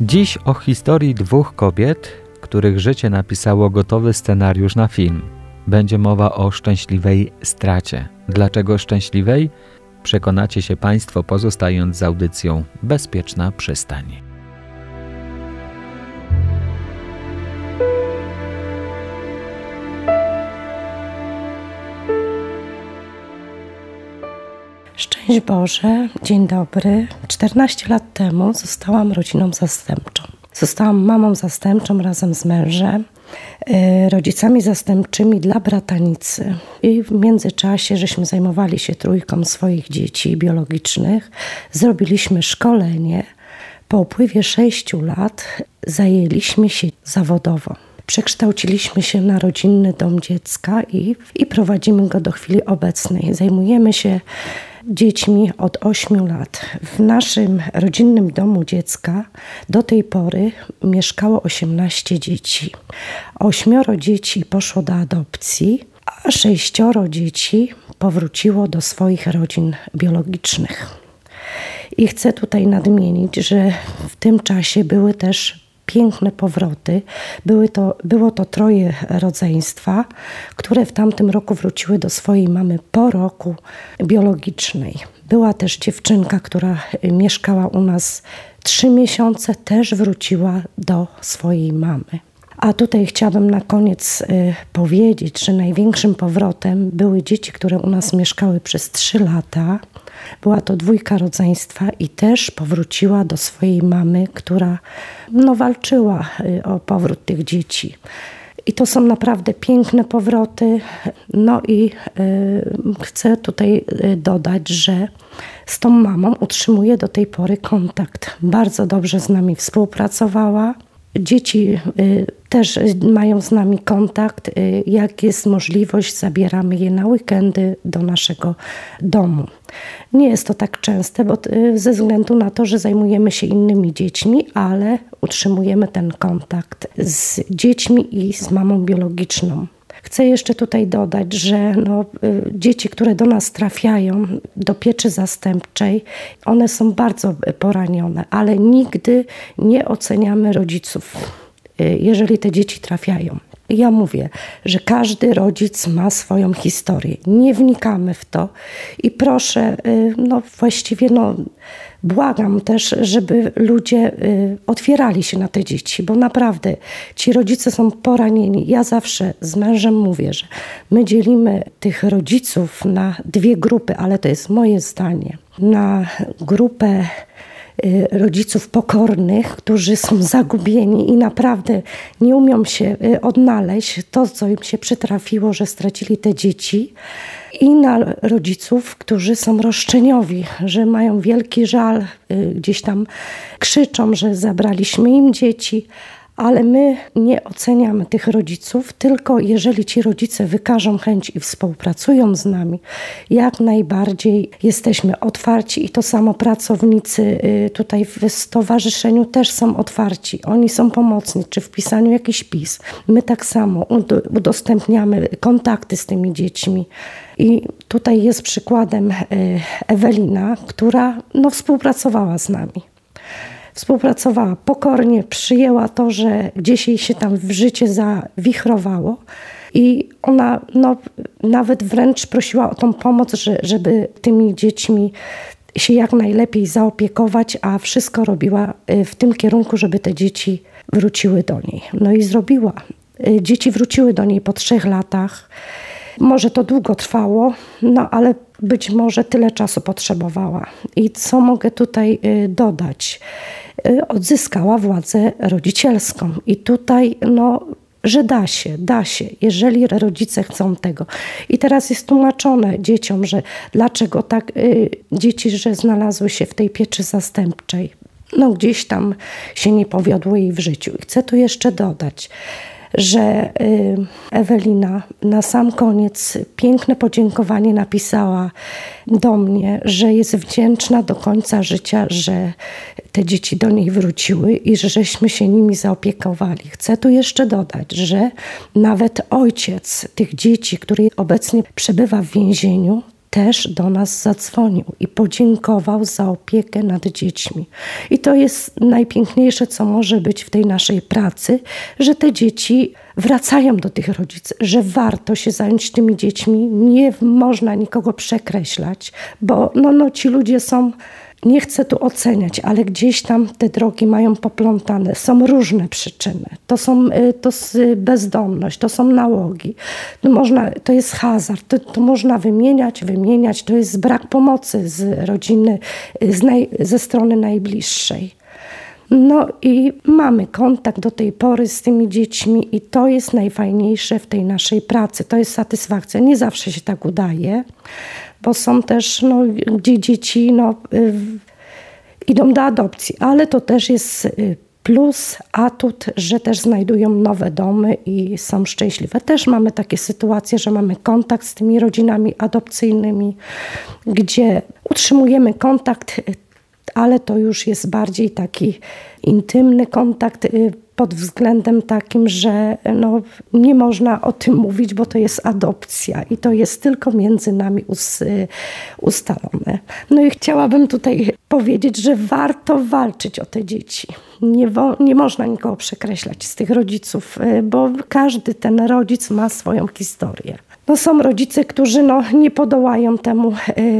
Dziś o historii dwóch kobiet, których życie napisało gotowy scenariusz na film. Będzie mowa o szczęśliwej stracie. Dlaczego szczęśliwej? Przekonacie się Państwo, pozostając z audycją Bezpieczna Przystań. Szczęść Boże, dzień dobry. 14 lat temu zostałam rodziną zastępczą. Zostałam mamą zastępczą razem z mężem, rodzicami zastępczymi dla bratanicy. I w międzyczasie żeśmy zajmowali się trójką swoich dzieci biologicznych. Zrobiliśmy szkolenie. Po upływie 6 lat zajęliśmy się zawodowo. Przekształciliśmy się na rodzinny dom dziecka i prowadzimy go do chwili obecnej. Zajmujemy się dziećmi od 8 lat. W naszym rodzinnym domu dziecka do tej pory mieszkało 18 dzieci. 8 dzieci poszło do adopcji, a 6 dzieci powróciło do swoich rodzin biologicznych. I chcę tutaj nadmienić, że w tym czasie były też piękne powroty. Było to 3 rodzeństwa, które w tamtym roku wróciły do swojej mamy po roku biologicznej. Była też dziewczynka, która mieszkała u nas 3 miesiące, też wróciła do swojej mamy. A tutaj chciałabym na koniec powiedzieć, że największym powrotem były dzieci, które u nas mieszkały przez 3 lata. Była to 2 rodzeństwa i też powróciła do swojej mamy, która walczyła o powrót tych dzieci. I to są naprawdę piękne powroty. Chcę tutaj dodać, że z tą mamą utrzymuję do tej pory kontakt. Bardzo dobrze z nami współpracowała. Dzieci też mają z nami kontakt. Jak jest możliwość, zabieramy je na weekendy do naszego domu. Nie jest to tak częste, bo ze względu na to, że zajmujemy się innymi dziećmi, ale utrzymujemy ten kontakt z dziećmi i z mamą biologiczną. Chcę jeszcze tutaj dodać, że dzieci, które do nas trafiają do pieczy zastępczej, one są bardzo poranione, ale nigdy nie oceniamy rodziców, jeżeli te dzieci trafiają. Ja mówię, że każdy rodzic ma swoją historię. Nie wnikamy w to i proszę, błagam też, żeby ludzie otwierali się na te dzieci, bo naprawdę ci rodzice są poranieni. Ja zawsze z mężem mówię, że my dzielimy tych rodziców na 2 grupy, ale to jest moje zdanie. Na grupę rodziców pokornych, którzy są zagubieni i naprawdę nie umią się odnaleźć, to co im się przytrafiło, że stracili te dzieci, i na rodziców, którzy są roszczeniowi, że mają wielki żal, gdzieś tam krzyczą, że zabraliśmy im dzieci, ale my nie oceniamy tych rodziców, tylko jeżeli ci rodzice wykażą chęć i współpracują z nami, jak najbardziej jesteśmy otwarci i to samo pracownicy tutaj w stowarzyszeniu też są otwarci. Oni są pomocni, czy w pisaniu jakiś wpis. My tak samo udostępniamy kontakty z tymi dziećmi. I tutaj jest przykładem Ewelina, która współpracowała z nami. Współpracowała pokornie, przyjęła to, że gdzieś jej się tam w życie zawichrowało i ona nawet wręcz prosiła o tą pomoc, żeby tymi dziećmi się jak najlepiej zaopiekować, a wszystko robiła w tym kierunku, żeby te dzieci wróciły do niej. I zrobiła. Dzieci wróciły do niej po 3 latach. Może to długo trwało, ale być może tyle czasu potrzebowała. I co mogę tutaj dodać? Odzyskała władzę rodzicielską. I tutaj, że da się, jeżeli rodzice chcą tego. I teraz jest tłumaczone dzieciom, że dlaczego tak dzieci, że znalazły się w tej pieczy zastępczej. Gdzieś tam się nie powiodło jej w życiu. I chcę tu jeszcze dodać, że Ewelina na sam koniec piękne podziękowanie napisała do mnie, że jest wdzięczna do końca życia, że te dzieci do niej wróciły i że żeśmy się nimi zaopiekowali. Chcę tu jeszcze dodać, że nawet ojciec tych dzieci, który obecnie przebywa w więzieniu, też do nas zadzwonił i podziękował za opiekę nad dziećmi. I to jest najpiękniejsze, co może być w tej naszej pracy, że te dzieci wracają do tych rodziców, że warto się zająć tymi dziećmi, nie można nikogo przekreślać, bo ci ludzie są, nie chcę tu oceniać, ale gdzieś tam te drogi mają poplątane. Są różne przyczyny. To jest bezdomność, to są nałogi. To jest hazard. To można wymieniać. To jest brak pomocy z rodziny, ze strony najbliższej. No i mamy kontakt do tej pory z tymi dziećmi i to jest najfajniejsze w tej naszej pracy. To jest satysfakcja. Nie zawsze się tak udaje, bo są też, gdzie dzieci idą do adopcji, ale to też jest plus, atut, że też znajdują nowe domy i są szczęśliwe. Też mamy takie sytuacje, że mamy kontakt z tymi rodzinami adopcyjnymi, gdzie utrzymujemy kontakt, ale to już jest bardziej taki intymny kontakt pod względem takim, że nie można o tym mówić, bo to jest adopcja i to jest tylko między nami ustalone. No i chciałabym tutaj powiedzieć, że warto walczyć o te dzieci. Nie można nikogo przekreślać z tych rodziców, bo każdy ten rodzic ma swoją historię. Są rodzice, którzy nie podołają temu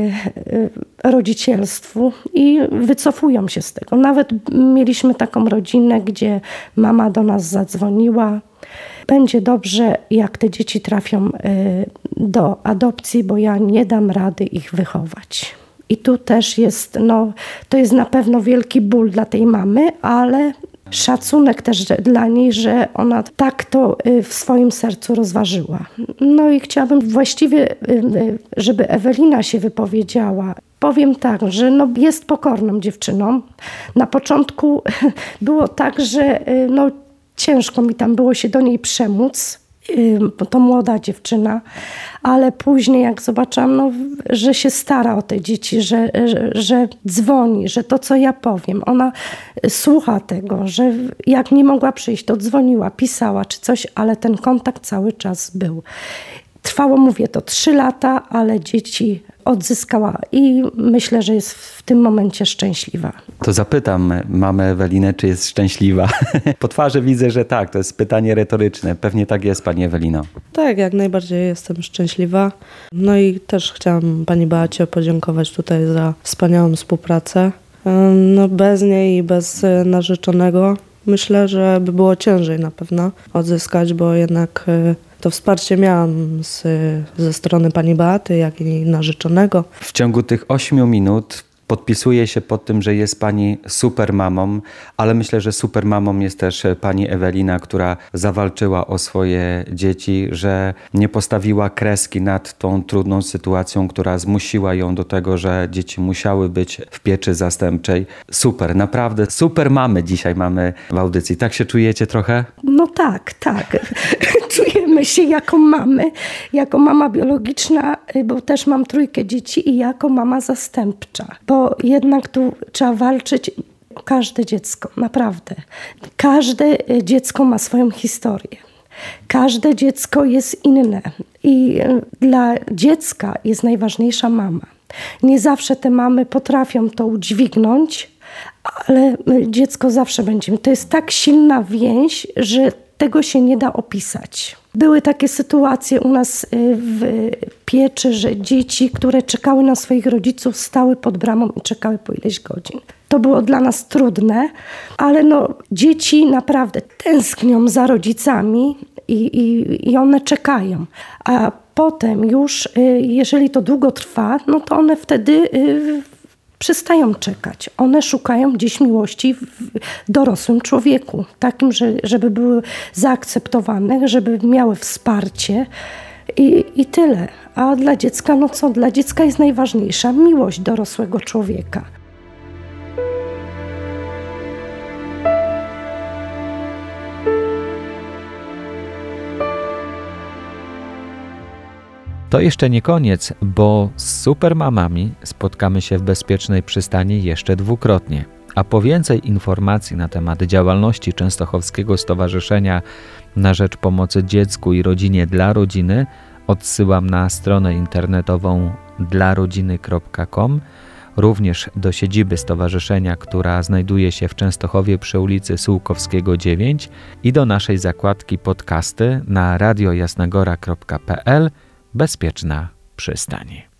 rodzicielstwu i wycofują się z tego. Nawet mieliśmy taką rodzinę, gdzie mama do nas zadzwoniła. Będzie dobrze, jak te dzieci trafią do adopcji, bo ja nie dam rady ich wychować. I tu też jest, to jest na pewno wielki ból dla tej mamy, ale szacunek też dla niej, że ona tak to w swoim sercu rozważyła. No i chciałabym właściwie, żeby Ewelina się wypowiedziała. Powiem tak, że jest pokorną dziewczyną. Na początku było tak, że ciężko mi tam było się do niej przemóc, bo to młoda dziewczyna, ale później jak zobaczyłam, że się stara o te dzieci, że dzwoni, że to co ja powiem, ona słucha tego, że jak nie mogła przyjść, to dzwoniła, pisała czy coś, ale ten kontakt cały czas był. Trwało, mówię, to 3 lata, ale dzieci odzyskała i myślę, że jest w tym momencie szczęśliwa. To zapytam mamę Ewelinę, czy jest szczęśliwa. Po twarzy widzę, że tak, to jest pytanie retoryczne. Pewnie tak jest, pani Ewelino. Tak, jak najbardziej jestem szczęśliwa. No i też chciałam pani Beacie podziękować tutaj za wspaniałą współpracę. Bez niej i bez narzeczonego myślę, że by było ciężej na pewno odzyskać, bo jednak to wsparcie miałam ze strony pani Beaty, jak i narzeczonego. W ciągu tych 8 minut podpisuję się pod tym, że jest pani super mamą, ale myślę, że super mamą jest też pani Ewelina, która zawalczyła o swoje dzieci, że nie postawiła kreski nad tą trudną sytuacją, która zmusiła ją do tego, że dzieci musiały być w pieczy zastępczej. Super, naprawdę super mamy dzisiaj mamy w audycji. Tak się czujecie trochę? No tak. Czujemy się jako mamy, jako mama biologiczna, bo też mam 3 dzieci i jako mama zastępcza, bo jednak tu trzeba walczyć o każde dziecko, naprawdę. Każde dziecko ma swoją historię. Każde dziecko jest inne i dla dziecka jest najważniejsza mama. Nie zawsze te mamy potrafią to udźwignąć, ale dziecko zawsze będzie. To jest tak silna więź, że tego się nie da opisać. Były takie sytuacje u nas w pieczy, że dzieci, które czekały na swoich rodziców, stały pod bramą i czekały po ileś godzin. To było dla nas trudne, ale dzieci naprawdę tęsknią za rodzicami i one czekają. A potem już, jeżeli to długo trwa, to one wtedy przestają czekać. One szukają gdzieś miłości w dorosłym człowieku. Takim, żeby były zaakceptowane, żeby miały wsparcie i tyle. A dla dziecka, Dla dziecka jest najważniejsza miłość dorosłego człowieka. To jeszcze nie koniec, bo z supermamami spotkamy się w bezpiecznej przystani jeszcze 2-krotnie. A po więcej informacji na temat działalności Częstochowskiego Stowarzyszenia na rzecz Pomocy Dziecku i Rodzinie dla Rodziny odsyłam na stronę internetową dlarodziny.com, również do siedziby stowarzyszenia, która znajduje się w Częstochowie przy ulicy Sułkowskiego 9 i do naszej zakładki podcasty na radiojasnagora.pl Bezpieczna przystań.